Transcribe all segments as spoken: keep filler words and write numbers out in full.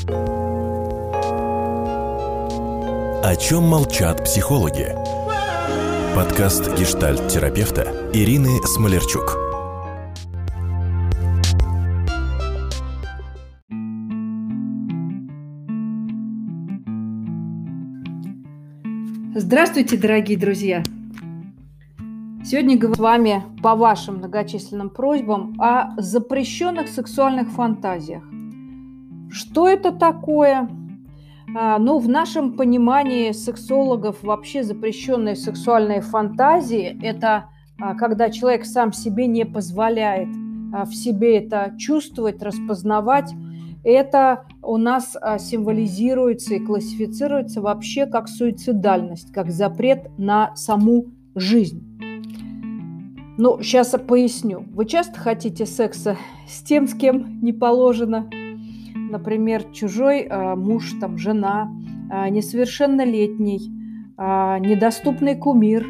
О чем молчат психологи? Подкаст гештальт-терапевта Ирины Смолерчук. Здравствуйте, дорогие друзья! Сегодня говорю с вами по вашим многочисленным просьбам о запрещенных сексуальных фантазиях. Что это такое? А, ну, в нашем понимании сексологов вообще запрещенные сексуальные фантазии – это а, когда человек сам себе не позволяет а, в себе это чувствовать, распознавать. Это у нас а, символизируется и классифицируется вообще как суицидальность, как запрет на саму жизнь. Ну, сейчас я поясню. Вы часто хотите секса с тем, с кем не положено? Например, чужой э, муж, там, жена, э, несовершеннолетний, э, недоступный кумир.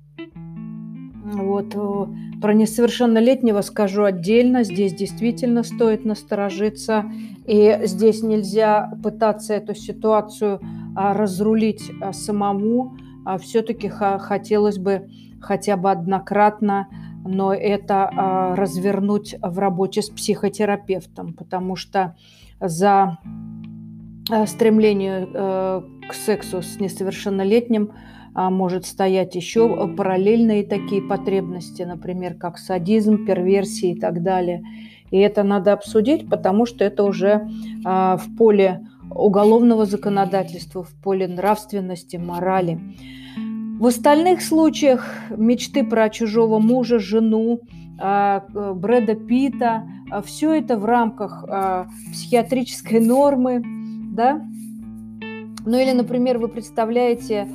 Вот, э, про несовершеннолетнего скажу отдельно. Здесь действительно стоит насторожиться. И здесь нельзя пытаться эту ситуацию э, разрулить э, самому. А все-таки х- хотелось бы хотя бы однократно, но это э, развернуть в работе с психотерапевтом, потому что за э, стремление э, к сексу с несовершеннолетним э, может стоять еще параллельные такие потребности, например, как садизм, перверсии и так далее. И это надо обсудить, потому что это уже э, в поле уголовного законодательства, в поле нравственности, морали. В остальных случаях мечты про чужого мужа, жену, Брэда Питта, все это в рамках психиатрической нормы, да? Ну или, например, вы представляете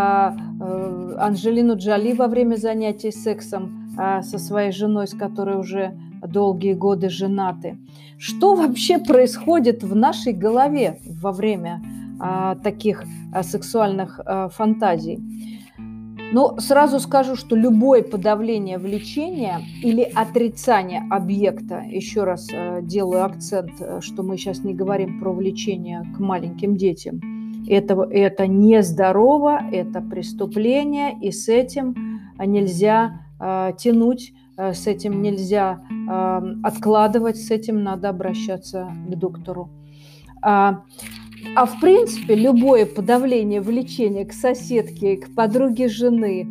Анджелину Джоли во время занятий сексом со своей женой, с которой уже долгие годы женаты. Что вообще происходит в нашей голове во время таких сексуальных фантазий? Но сразу скажу, что любое подавление влечения или отрицание объекта, еще раз э, делаю акцент, что мы сейчас не говорим про влечение к маленьким детям, это, это нездорово, это преступление, и с этим нельзя э, тянуть, э, с этим нельзя э, откладывать, с этим надо обращаться к доктору. А, А в принципе, любое подавление влечения к соседке, к подруге жены,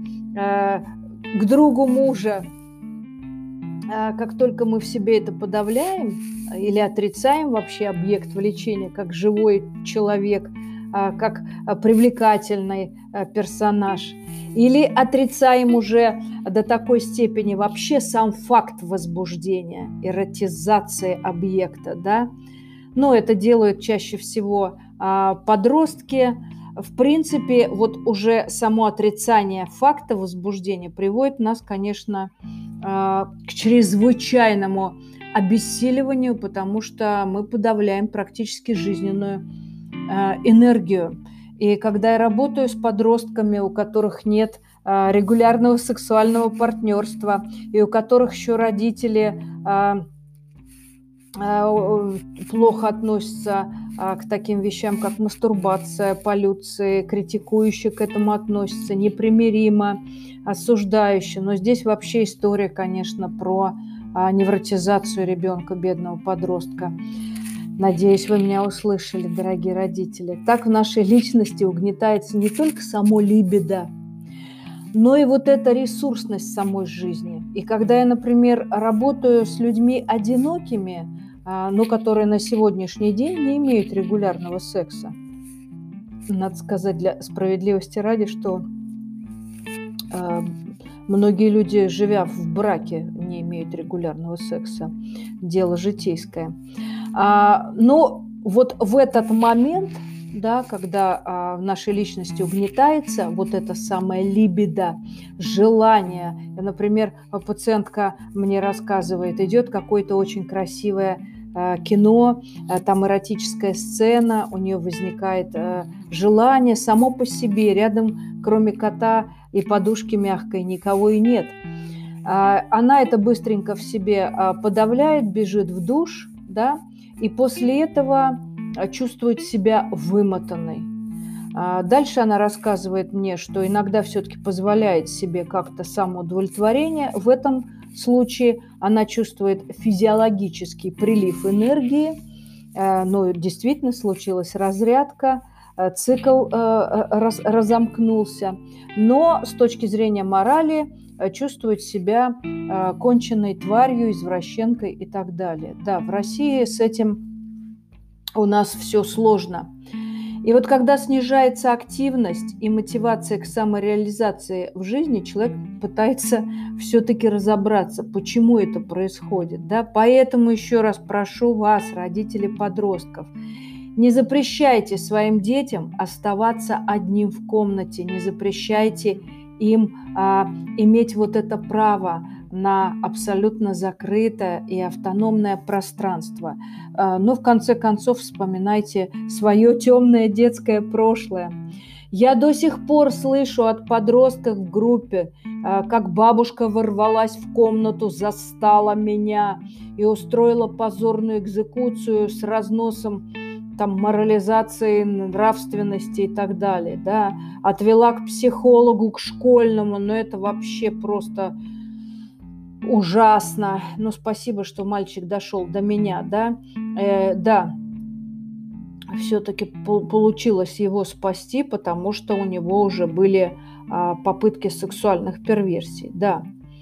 к другу мужа, как только мы в себе это подавляем или отрицаем вообще объект влечения как живой человек, как привлекательный персонаж, или отрицаем уже до такой степени вообще сам факт возбуждения, эротизации объекта, да, но это делают чаще всего а, подростки. В принципе, вот уже само отрицание факта возбуждения приводит нас, конечно, а, к чрезвычайному обессиливанию, потому что мы подавляем практически жизненную а, энергию. И когда я работаю с подростками, у которых нет а, регулярного сексуального партнерства, и у которых еще родители а, плохо относятся к таким вещам, как мастурбация, полюция, критикующие к этому относятся, непримиримо, осуждающие. Но здесь вообще история, конечно, про невротизацию ребенка, бедного подростка. Надеюсь, вы меня услышали, дорогие родители. Так в нашей личности угнетается не только само либидо, но и вот эта ресурсность самой жизни. И когда я, например, работаю с людьми одинокими, но которые на сегодняшний день не имеют регулярного секса, надо сказать для справедливости ради, что э, многие люди, живя в браке, не имеют регулярного секса. Дело житейское. А, но вот в этот момент, да, когда а, в нашей личности угнетается вот это самое либидо, желание. Например, пациентка мне рассказывает, идет какое-то очень красивое а, кино, а, там эротическая сцена, у нее возникает а, желание само по себе, рядом кроме кота и подушки мягкой никого и нет. А, она это быстренько в себе а, подавляет, бежит в душ, да, и после этого чувствует себя вымотанной. Дальше она рассказывает мне, что иногда все-таки позволяет себе как-то самоудовлетворение. В этом случае она чувствует физиологический прилив энергии. Ну, действительно случилась разрядка, цикл раз, разомкнулся. Но с точки зрения морали чувствует себя конченной тварью, извращенкой и так далее. Да, в России с этим у нас все сложно. И вот когда снижается активность и мотивация к самореализации в жизни, человек пытается все-таки разобраться, почему это происходит. Да? Поэтому еще раз прошу вас, родители подростков, не запрещайте своим детям оставаться одним в комнате, не запрещайте им а, иметь вот это право на абсолютно закрытое и автономное пространство. Но в конце концов вспоминайте свое темное детское прошлое. Я до сих пор слышу от подростков в группе, как бабушка ворвалась в комнату, застала меня и устроила позорную экзекуцию с разносом там, морализации, нравственности и так далее. Да? Отвела к психологу, к школьному, но это вообще просто ужасно. Ну, спасибо, что мальчик дошел до меня, да. Э, да, все-таки получилось его спасти, потому что у него уже были а, попытки сексуальных перверсий, да.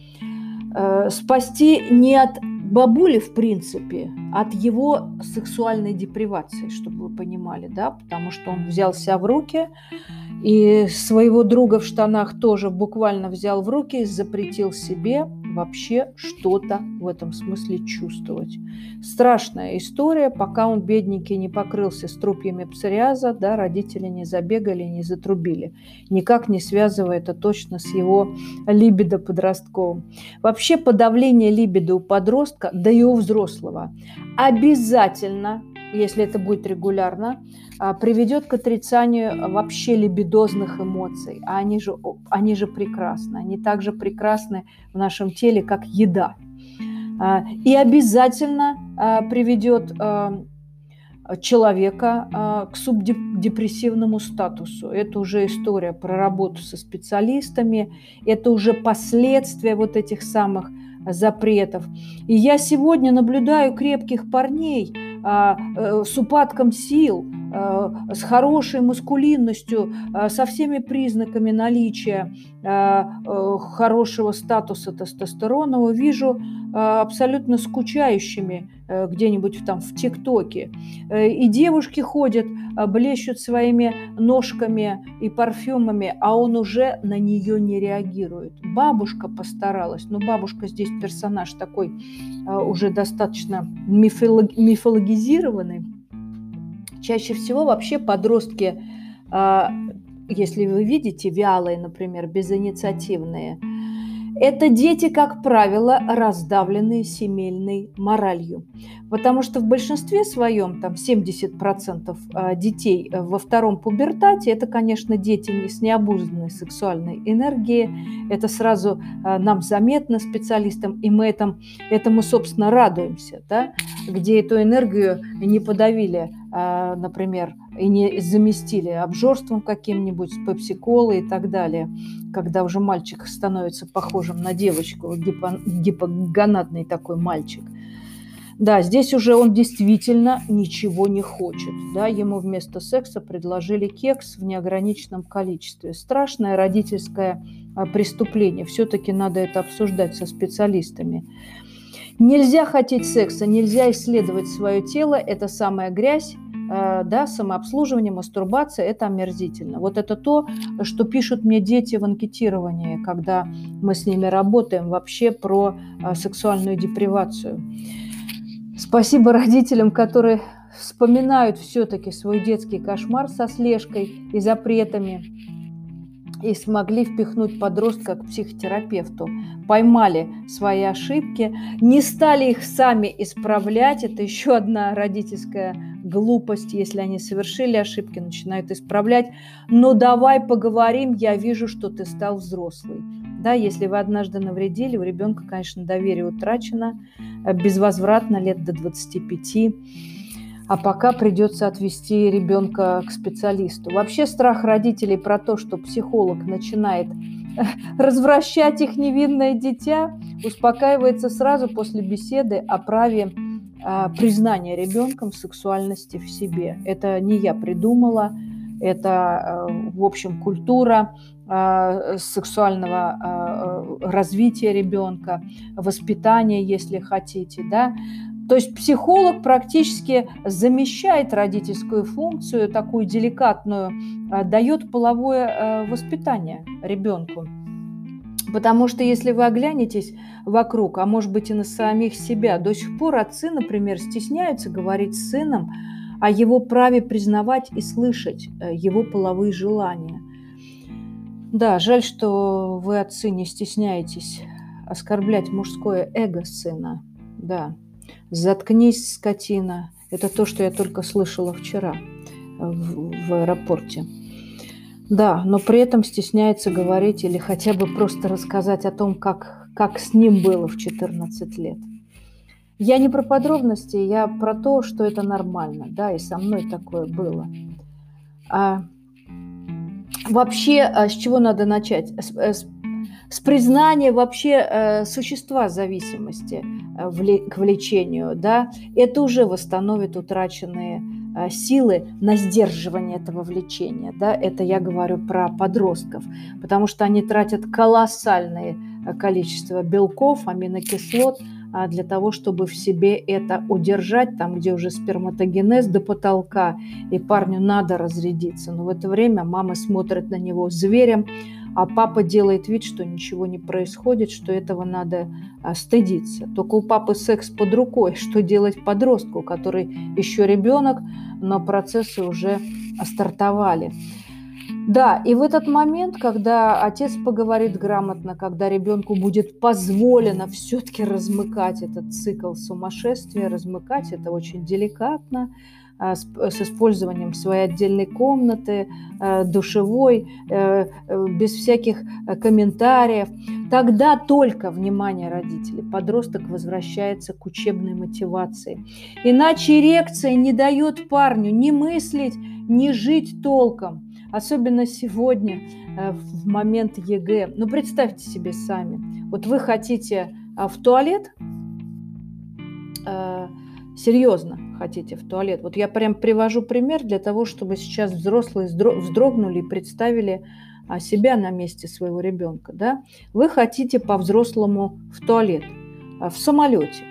Э, спасти не от бабули, в принципе, от его сексуальной депривации, чтобы вы понимали, да, потому что он взял себя в руки, и своего друга в штанах тоже буквально взял в руки и запретил себе вообще что-то в этом смысле чувствовать. Страшная история, пока он, бедненький, не покрылся струпьями псориаза, да, родители не забегали, не затрубили, никак не связывая это точно с его либидо подростковым. Вообще подавление либидо у подростка, да и у взрослого, обязательно, если это будет регулярно, приведет к отрицанию вообще либидозных эмоций. А они же, они же прекрасны. Они также прекрасны в нашем теле, как еда. И обязательно приведет человека к субдепрессивному статусу. Это уже история про работу со специалистами, это уже последствия вот этих самых запретов. И я сегодня наблюдаю крепких парней с упадком сил, с хорошей маскулинностью, со всеми признаками наличия хорошего статуса тестостерона, вижу абсолютно скучающими где-нибудь там в ТикТоке. И девушки ходят, блещут своими ножками и парфюмами, а он уже на нее не реагирует. Бабушка постаралась, но бабушка здесь персонаж такой уже достаточно мифологизированный. Чаще всего вообще подростки, если вы видите, вялые, например, безинициативные, это дети, как правило, раздавленные семейной моралью. Потому что в большинстве своем, там семьдесят процентов детей во втором пубертате, это, конечно, дети с необузданной сексуальной энергией. Это сразу нам заметно, специалистам, и мы этому, этому собственно, радуемся, да? Где эту энергию не подавили, например, и не заместили обжорством каким-нибудь, пепси-колой и так далее, когда уже мальчик становится похожим на девочку, гипо, гипогонадный такой мальчик. Да, здесь уже он действительно ничего не хочет. Да, ему вместо секса предложили кекс в неограниченном количестве. Страшное родительское преступление. Все-таки надо это обсуждать со специалистами. Нельзя хотеть секса, нельзя исследовать свое тело. Это самая грязь. Да, самообслуживание, мастурбация – это омерзительно. Вот это то, что пишут мне дети в анкетировании, когда мы с ними работаем вообще про сексуальную депривацию. Спасибо родителям, которые вспоминают все-таки свой детский кошмар со слежкой и запретами и смогли впихнуть подростка к психотерапевту, поймали свои ошибки, не стали их сами исправлять. Это еще одна родительская глупость, если они совершили ошибки, начинают исправлять. Но давай поговорим, я вижу, что ты стал взрослый. Да, если вы однажды навредили, у ребенка, конечно, доверие утрачено безвозвратно лет до двадцати пяти. а пока придется отвести ребенка к специалисту. Вообще страх родителей про то, что психолог начинает развращать их невинное дитя, успокаивается сразу после беседы о праве а, признания ребенком сексуальности в себе. Это не я придумала, это, в общем, культура а, сексуального а, развития ребенка, воспитания, если хотите, да. То есть психолог практически замещает родительскую функцию, такую деликатную, дает половое воспитание ребенку. Потому что если вы оглянетесь вокруг, а может быть и на самих себя, до сих пор отцы, например, стесняются говорить с сыном о его праве признавать и слышать его половые желания. Да, жаль, что вы, отцы, не стесняетесь оскорблять мужское эго сына. Да. «Заткнись, скотина». Это то, что я только слышала вчера в, в аэропорте. Да, но при этом стесняется говорить или хотя бы просто рассказать о том, как, как с ним было в четырнадцать лет. Я не про подробности, я про то, что это нормально. Да, и со мной такое было. А, вообще, а с чего надо начать? С, с, с признания вообще э, существа зависимости э, вле, к влечению, да, это уже восстановит утраченные э, силы на сдерживание этого влечения, да, это я говорю про подростков, потому что они тратят колоссальное количество белков, аминокислот э, для того, чтобы в себе это удержать, там, где уже сперматогенез до потолка, и парню надо разрядиться, но в это время мама смотрит на него зверем, а папа делает вид, что ничего не происходит, что этого надо а, стыдиться. Только у папы секс под рукой. Что делать подростку, который еще ребенок, но процессы уже стартовали. Да, и в этот момент, когда отец поговорит грамотно, когда ребенку будет позволено все-таки размыкать этот цикл сумасшествия, размыкать это очень деликатно, с использованием своей отдельной комнаты, душевой, без всяких комментариев. Тогда только, внимание родителей, подросток возвращается к учебной мотивации. Иначе эрекция не дает парню ни мыслить, ни жить толком. Особенно сегодня, в момент ЕГЭ. Ну, представьте себе сами. Вот вы хотите в туалет, серьезно хотите в туалет. Вот я прям привожу пример для того, чтобы сейчас взрослые вздрогнули и представили себя на месте своего ребенка. Да? Вы хотите по-взрослому в туалет, в самолете.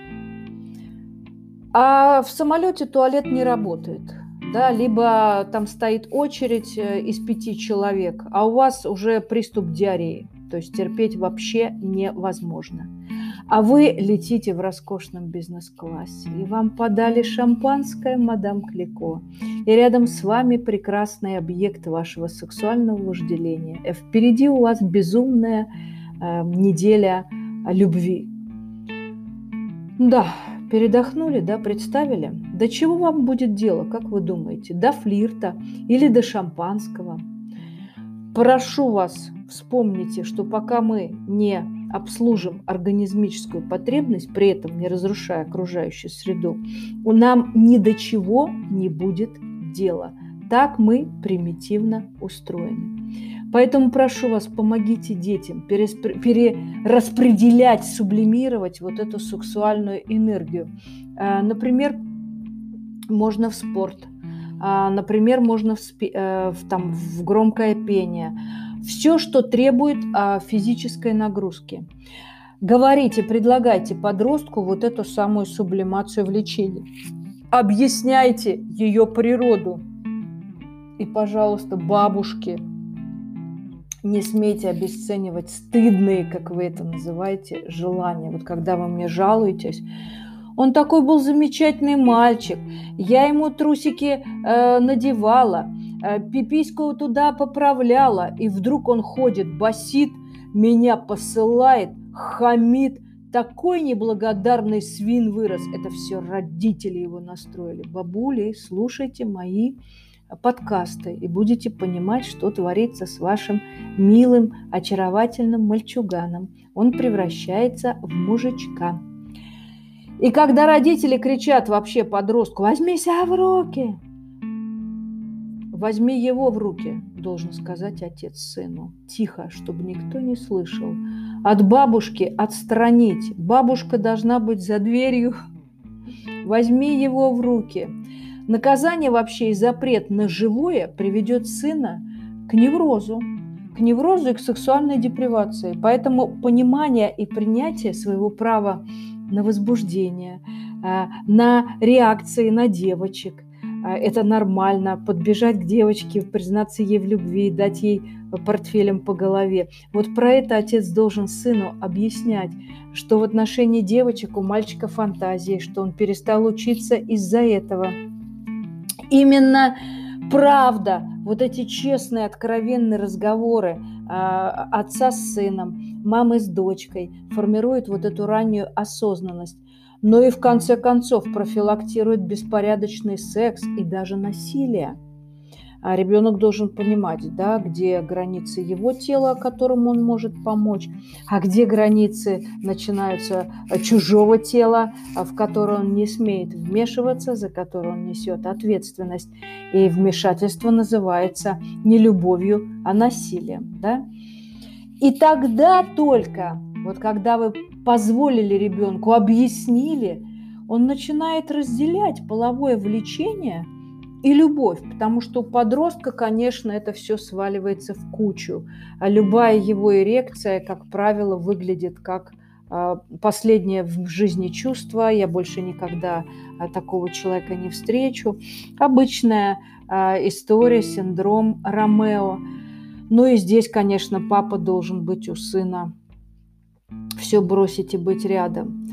А в самолете туалет не работает. Да? Либо там стоит очередь из пяти человек, а у вас уже приступ диареи. То есть терпеть вообще невозможно. А вы летите в роскошном бизнес-классе, и вам подали шампанское мадам Клико, и рядом с вами прекрасный объект вашего сексуального вожделения. И впереди у вас безумная э, неделя любви. Да, передохнули, да, представили? До чего вам будет дело, как вы думаете? До флирта или до шампанского? Прошу вас, вспомните, что пока мы не обслужим организмическую потребность, при этом не разрушая окружающую среду, нам ни до чего не будет дела. Так мы примитивно устроены. Поэтому прошу вас, помогите детям перераспределять, сублимировать вот эту сексуальную энергию. Например, можно в спорт, например, можно в, там, в громкое пение. Все, что требует а, физической нагрузки. Говорите, предлагайте подростку вот эту самую сублимацию влечения. Объясняйте ее природу. И, пожалуйста, бабушки, не смейте обесценивать стыдные, как вы это называете, желания. Вот когда вы мне жалуетесь, он такой был замечательный мальчик, я ему трусики э, надевала, пипиську туда поправляла, и вдруг он ходит, басит, меня посылает, хамит. Такой неблагодарный свин вырос. Это все родители его настроили. Бабули, слушайте мои подкасты и будете понимать, что творится с вашим милым, очаровательным мальчуганом. Он превращается в мужичка. И когда родители кричат вообще подростку: «Возьми себя в руки!» «Возьми его в руки», должен сказать отец сыну. Тихо, чтобы никто не слышал. От бабушки отстранить. Бабушка должна быть за дверью. Возьми его в руки. Наказание вообще и запрет на живое приведет сына к неврозу. К неврозу и к сексуальной депривации. Поэтому понимание и принятие своего права на возбуждение, на реакции на девочек, это нормально, подбежать к девочке, признаться ей в любви, дать ей портфелем по голове. Вот про это отец должен сыну объяснять, что в отношении девочек у мальчика фантазии, что он перестал учиться из-за этого. Именно правда, вот эти честные, откровенные разговоры отца с сыном, мамы с дочкой формируют вот эту раннюю осознанность. Но и в конце концов профилактирует беспорядочный секс и даже насилие. А ребенок должен понимать, да, где границы его тела, которому он может помочь, а где границы начинаются чужого тела, в которое он не смеет вмешиваться, за которое он несет ответственность. И вмешательство называется не любовью, а насилием. Да? И тогда только, вот когда вы позволили ребенку, объяснили, он начинает разделять половое влечение и любовь, потому что у подростка, конечно, это все сваливается в кучу. А любая его эрекция, как правило, выглядит как последнее в жизни чувство. Я больше никогда такого человека не встречу. Обычная история, синдром Ромео. Ну и здесь, конечно, папа должен быть у сына. Все бросить и быть рядом.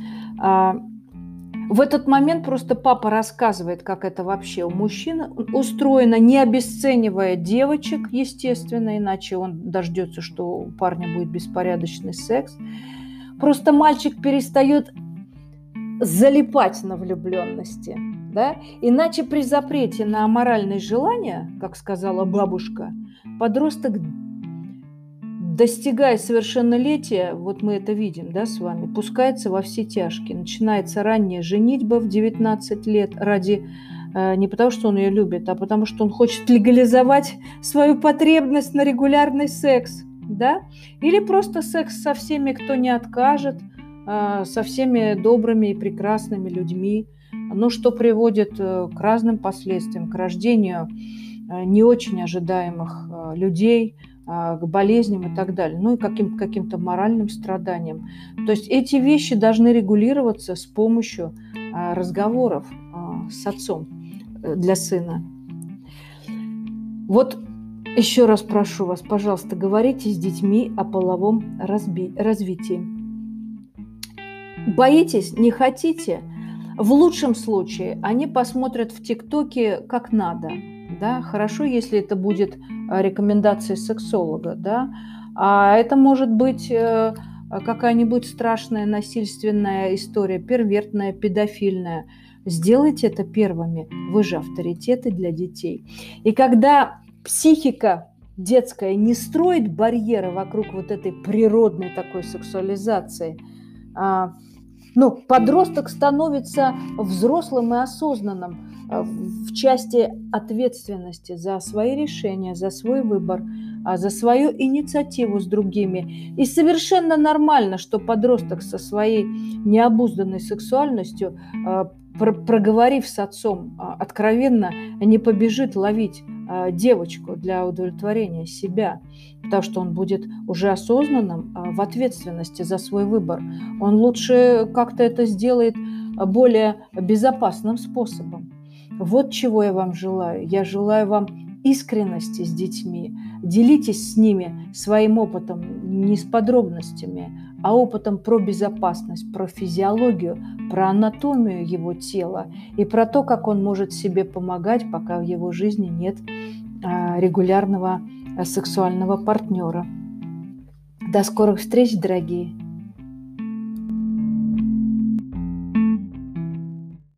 В этот момент просто папа рассказывает, как это вообще у мужчин устроено, не обесценивая девочек, естественно, иначе он дождется, что у парня будет беспорядочный секс. Просто мальчик перестает залипать на влюбленности. Да? Иначе при запрете на аморальные желания, как сказала бабушка, подросток, достигая совершеннолетия, вот мы это видим, да, с вами, пускается во все тяжкие. Начинается ранняя женитьба в девятнадцать лет ради, э, не потому что он ее любит, а потому что он хочет легализовать свою потребность на регулярный секс. Да? Или просто секс со всеми, кто не откажет, э, со всеми добрыми и прекрасными людьми, но что приводит э, к разным последствиям, к рождению э, не очень ожидаемых э, людей, к болезням и так далее, ну и каким- каким-то моральным страданиям. То есть эти вещи должны регулироваться с помощью а, разговоров а, с отцом для сына. Вот еще раз прошу вас, пожалуйста, говорите с детьми о половом разби- развитии. Боитесь, не хотите? В лучшем случае они посмотрят в ТикТоке как надо. Да? Хорошо, если это будет рекомендации сексолога, да? А это может быть какая-нибудь страшная насильственная история, первертная, педофильная. Сделайте это первыми, вы же авторитеты для детей. И когда психика детская не строит барьеры вокруг вот этой природной такой сексуализации, ну, подросток становится взрослым и осознанным в части ответственности за свои решения, за свой выбор, за свою инициативу с другими. И совершенно нормально, что подросток со своей необузданной сексуальностью, проговорив с отцом откровенно, не побежит ловить девочку для удовлетворения себя, потому что он будет уже осознанным в ответственности за свой выбор. Он лучше как-то это сделает более безопасным способом. Вот чего я вам желаю. Я желаю вам искренности с детьми. Делитесь с ними своим опытом, не с подробностями, а опытом про безопасность, про физиологию, про анатомию его тела и про то, как он может себе помогать, пока в его жизни нет регулярного сексуального партнера. До скорых встреч, дорогие!